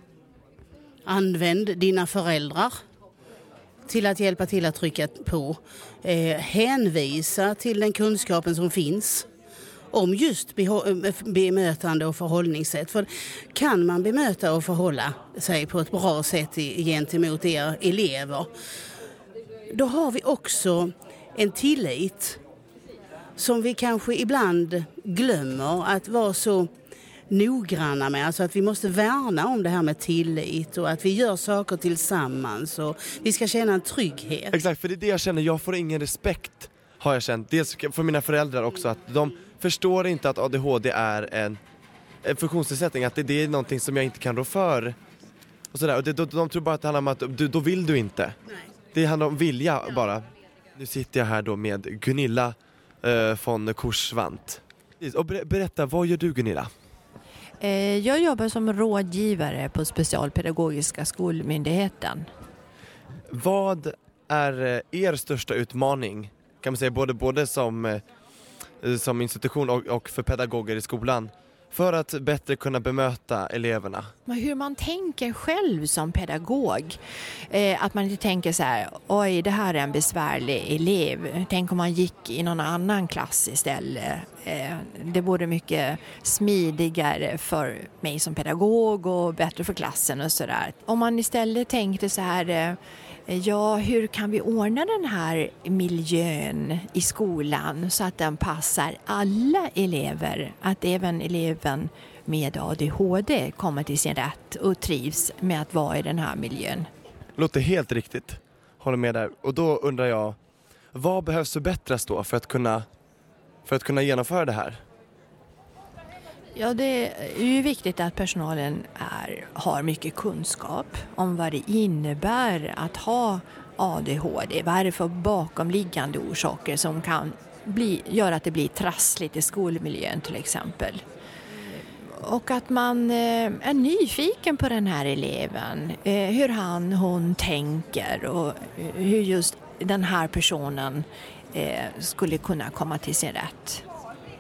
Använd dina föräldrar till att hjälpa till att trycka på. Hänvisa till den kunskapen som finns om just bemötande och förhållningssätt. För kan man bemöta och förhålla sig på ett bra sätt gentemot er elever, då har vi också en tillit som vi kanske ibland glömmer att vara så noggranna med. Alltså att vi måste värna om det här med tillit och att vi gör saker tillsammans och vi ska känna en trygghet. Exakt, för det är det jag känner. Jag får ingen respekt, har jag känt. Dels för mina föräldrar också, att de förstår inte att ADHD är en funktionsnedsättning, att det är någonting som jag inte kan rå för. Och sådär. Och de tror bara att det handlar om att då vill du inte. Nej. Det handlar om vilja bara. Nu sitter jag här då med Gunilla von Korsvant. Och berätta, vad gör du, Gunilla? Jag jobbar som rådgivare på Specialpedagogiska skolmyndigheten. Vad är er största utmaning, kan man säga, både som institution och för pedagoger i skolan, för att bättre kunna bemöta eleverna? Hur man tänker själv som pedagog. Att man inte tänker så här, oj, det här är en besvärlig elev. Tänk om man gick i någon annan klass istället. Det vore mycket smidigare för mig som pedagog och bättre för klassen och sådär. Om man istället tänkte så här, ja, hur kan vi ordna den här miljön i skolan så att den passar alla elever? Att även eleven med ADHD kommer till sin rätt och trivs med att vara i den här miljön. Låter helt riktigt. Håller med där. Och då undrar jag, vad behövs förbättras då för att kunna genomföra det här? Ja, det är ju viktigt att personalen har mycket kunskap om vad det innebär att ha ADHD. Vad är det för bakomliggande orsaker som kan göra att det blir trassligt i skolmiljön till exempel. Och att man är nyfiken på den här eleven, hur hon tänker och hur just den här personen skulle kunna komma till sin rätt.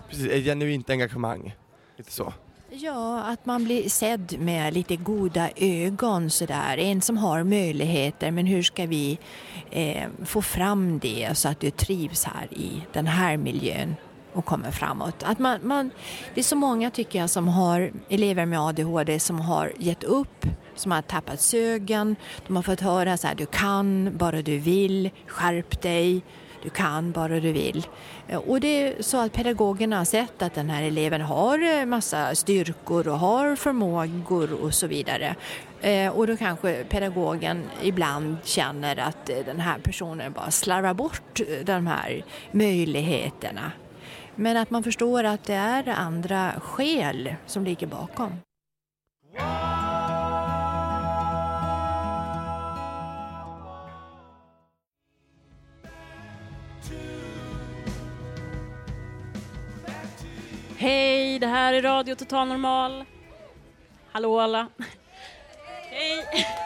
Precis, ett genuint engagemang. Lite så. Ja, att man blir sedd med lite goda ögon sådär. En som har möjligheter, men hur ska vi få fram det så att du trivs här i den här miljön och kommer framåt. Att det är så många tycker jag som har elever med ADHD som har gett upp, som har tappat sögen. De har fått höra så här, du kan bara du vill, skärp dig. Du kan bara du vill. Och det är så att pedagogerna har sett att den här eleven har massa styrkor och har förmågor och så vidare. Och då kanske pedagogen ibland känner att den här personen bara slarvar bort de här möjligheterna. Men att man förstår att det är andra skäl som ligger bakom. Hej, det här är Radio Total Normal. Hallå alla. Hej.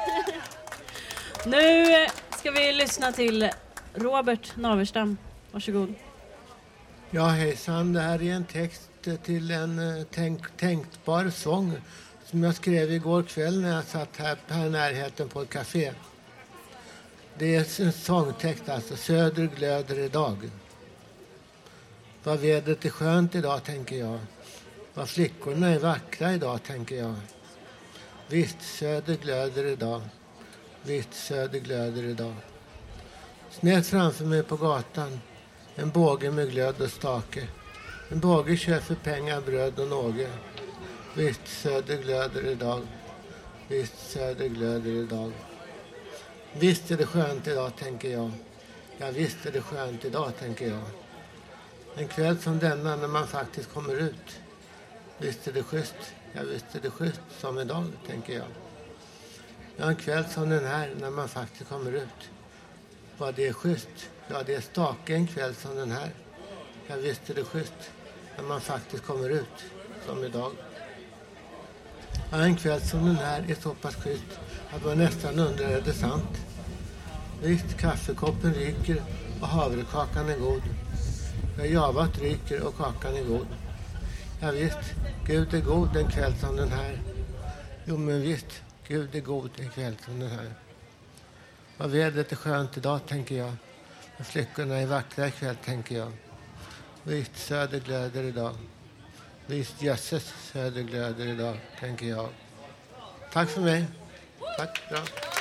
Nu ska vi lyssna till Robert Naverstam. Varsågod. Ja, hejsan. Det här är en text till en tänkbar sång som jag skrev igår kväll när jag satt här i närheten på ett café. Det är en sångtext, alltså. Söder glöder idag. Vad vädret är skönt idag, tänker jag. Vad flickorna är vackra idag, tänker jag. Visst, söder glöder idag. Visst, söder glöder idag. Snett framför mig på gatan. En båge med glöd och stake. En båge kör för pengar, bröd och någe. Visst, söder glöder idag. Visst, söder glöder idag. Visst är det skönt idag, tänker jag. Ja, visst är det skönt idag, tänker jag. En kväll som denna när man faktiskt kommer ut. Visst är det schysst. Ja, visst är det schysst som idag, tänker jag. Ja, en kväll som den här när man faktiskt kommer ut. Vad det är schysst. Ja, det är stake en kväll som den här. Ja, visst är det schysst när man faktiskt kommer ut som idag. Ja, en kväll som den här är så pass schysst att man nästan undrar är det sant. Visst, kaffekoppen ryker och havrekakan är god. Ja, javat ryker och kakan är god. Ja, visst, Gud är god en kväll som den här. Jo, men visst, Gud är god en kväll som den här. Vad vädret är skönt idag, tänker jag. Och flickorna är vackra ikväll, tänker jag. Visst, söder glöder idag. Visst, jösses, söder glöder idag, tänker jag. Tack för mig. Tack, bra.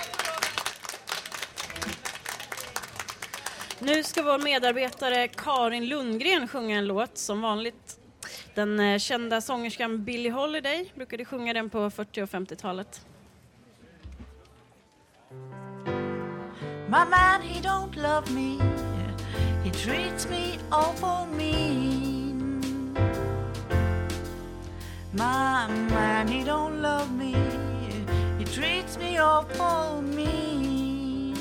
Nu ska vår medarbetare Karin Lundgren sjunga en låt som vanligt. Den kända sångerskan Billie Holiday brukade sjunga den på 40- och 50-talet. My man, he don't love me. He treats me awful mean. My man, he don't love me. He treats me awful mean.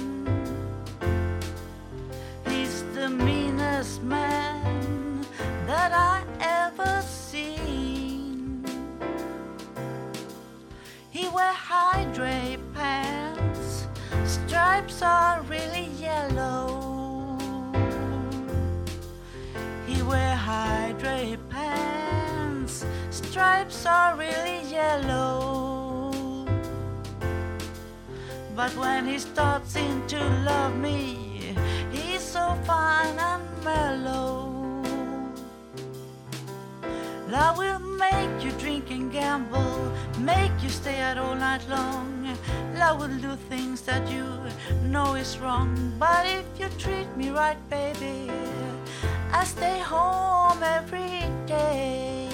He's the meanest man that I ever seen. He wear high drape pants. Stripes are really yellow. He wear high drape pants. Stripes are really yellow. But when he starts in to love me, he's so fine and mellow. Love will make you drink and gamble, make you stay out all night long. Love will do things that you know is wrong. But if you treat me right, baby, I stay home every day.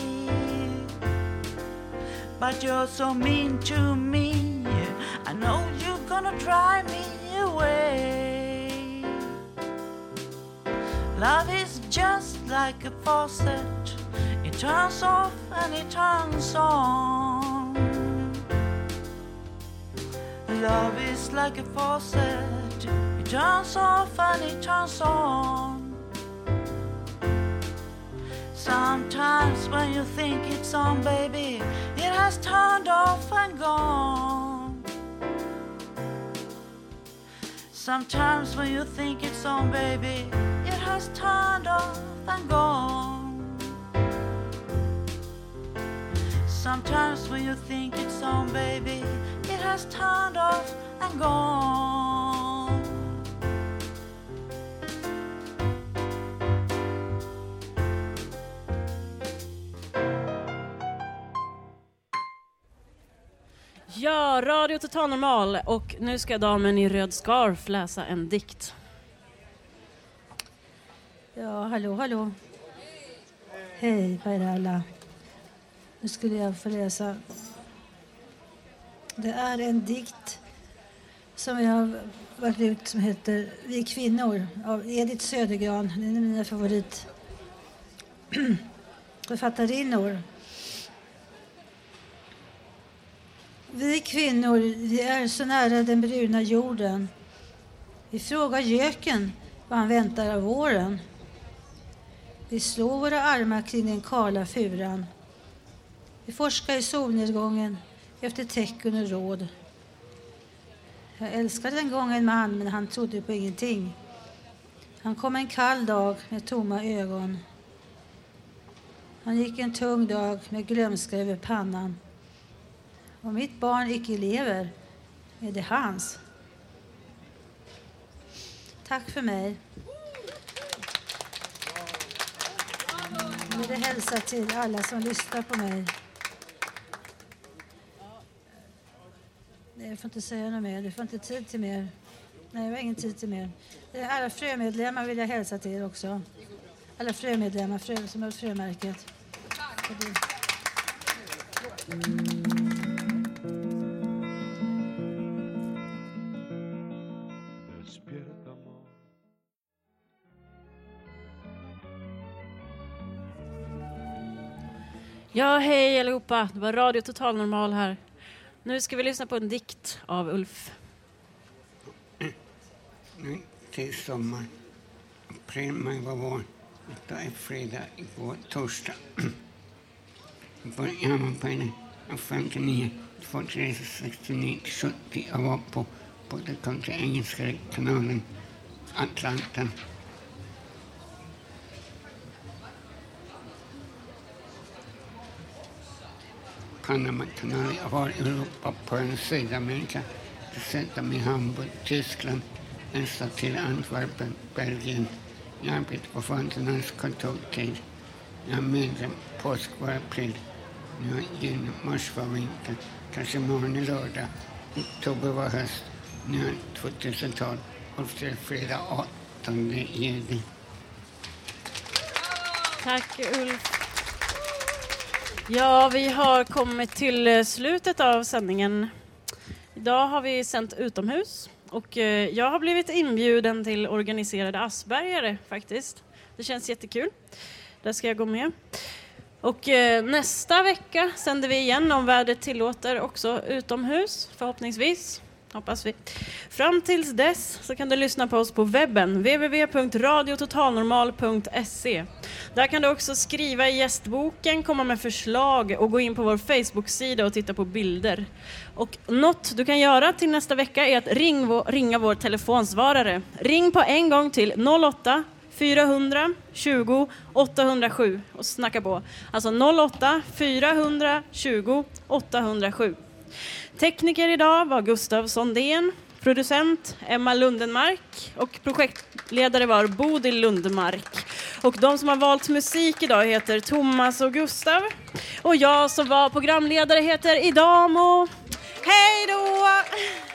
But you're so mean to me, I know you're gonna drive me away. Love is just like a faucet. It turns off and it turns on. Love is like a faucet. It turns off and it turns on. Sometimes when you think it's on, baby, it has turned off and gone. Sometimes when you think it's on, baby, it has turned off and gone. Sometimes when you think it's on, baby, it has turned off and gone. Ja, Radio Total Normal, och nu ska damen i röd scarf läsa en dikt. Ja, hallå. Hej på er alla. Nu skulle jag få läsa. Det är en dikt som jag har varit ut som heter Vi kvinnor av Edith Södergran. Det är mina favoritförfattarinnor. Vi kvinnor, vi är så nära den bruna jorden. Vi frågar göken vad han väntar av våren. Vi slår våra armar kring den kala furan. Vi forskar i solnedgången efter tecken och råd. Jag älskade en gång en man, men han trodde på ingenting. Han kom en kall dag med tomma ögon. Han gick en tung dag med glömska över pannan. Om mitt barn icke lever, är det hans. Tack för mig. Jag vill hälsa till alla som lyssnar på mig. Nej, jag får inte säga något mer. Du får inte tid till mer. Nej, jag har ingen tid till mer. Alla frömedlemmar vill jag hälsa till också. Alla frömedlemmar som har frömärket. Ja, hej allihopa. Det var Radio Total Normal här. Nu ska vi lyssna på en dikt av Ulf. Nu till sommar. April, maj var vår. Då är fredag, igår torsdag. Börjar man på en av 59, 43, 69, 70. Jag var på både country engelska kanalen Atlanten. Panama-kanal. Jag var i Europa på Sydamerika. Dessutom i Hamburg, Tyskland. Nästa till Antwerpen, Belgien. Jag arbetar på fondernas kontortid. Jag är medlem påsk var april. Nu är juni, mars var vinter. Kanske morgon i lördag. Oktober var höst. Nu är 2000-tal. Och till fredag 8 juni. Tack Ulf. Ja, vi har kommit till slutet av sändningen. Idag har vi sänt utomhus. Och jag har blivit inbjuden till organiserade Aspergare faktiskt. Det känns jättekul. Där ska jag gå med. Och nästa vecka sänder vi igen om vädret tillåter också utomhus. Förhoppningsvis. Hoppas vi. Fram tills dess så kan du lyssna på oss på webben. www.radiototalnormal.se. Där kan du också skriva i gästboken, komma med förslag och gå in på vår Facebook-sida och titta på bilder. Och något du kan göra till nästa vecka är att ringa vår telefonsvarare. Ring på en gång till 08 400 20 807 och snacka på. Alltså 08 400 20 807. Tekniker idag var Gustav Sondén, producent Emma Lundenmark och projektledare var Bodil Lundmark. Och de som har valt musik idag heter Thomas och Gustav. Och jag som var programledare heter Idamo. Hej då!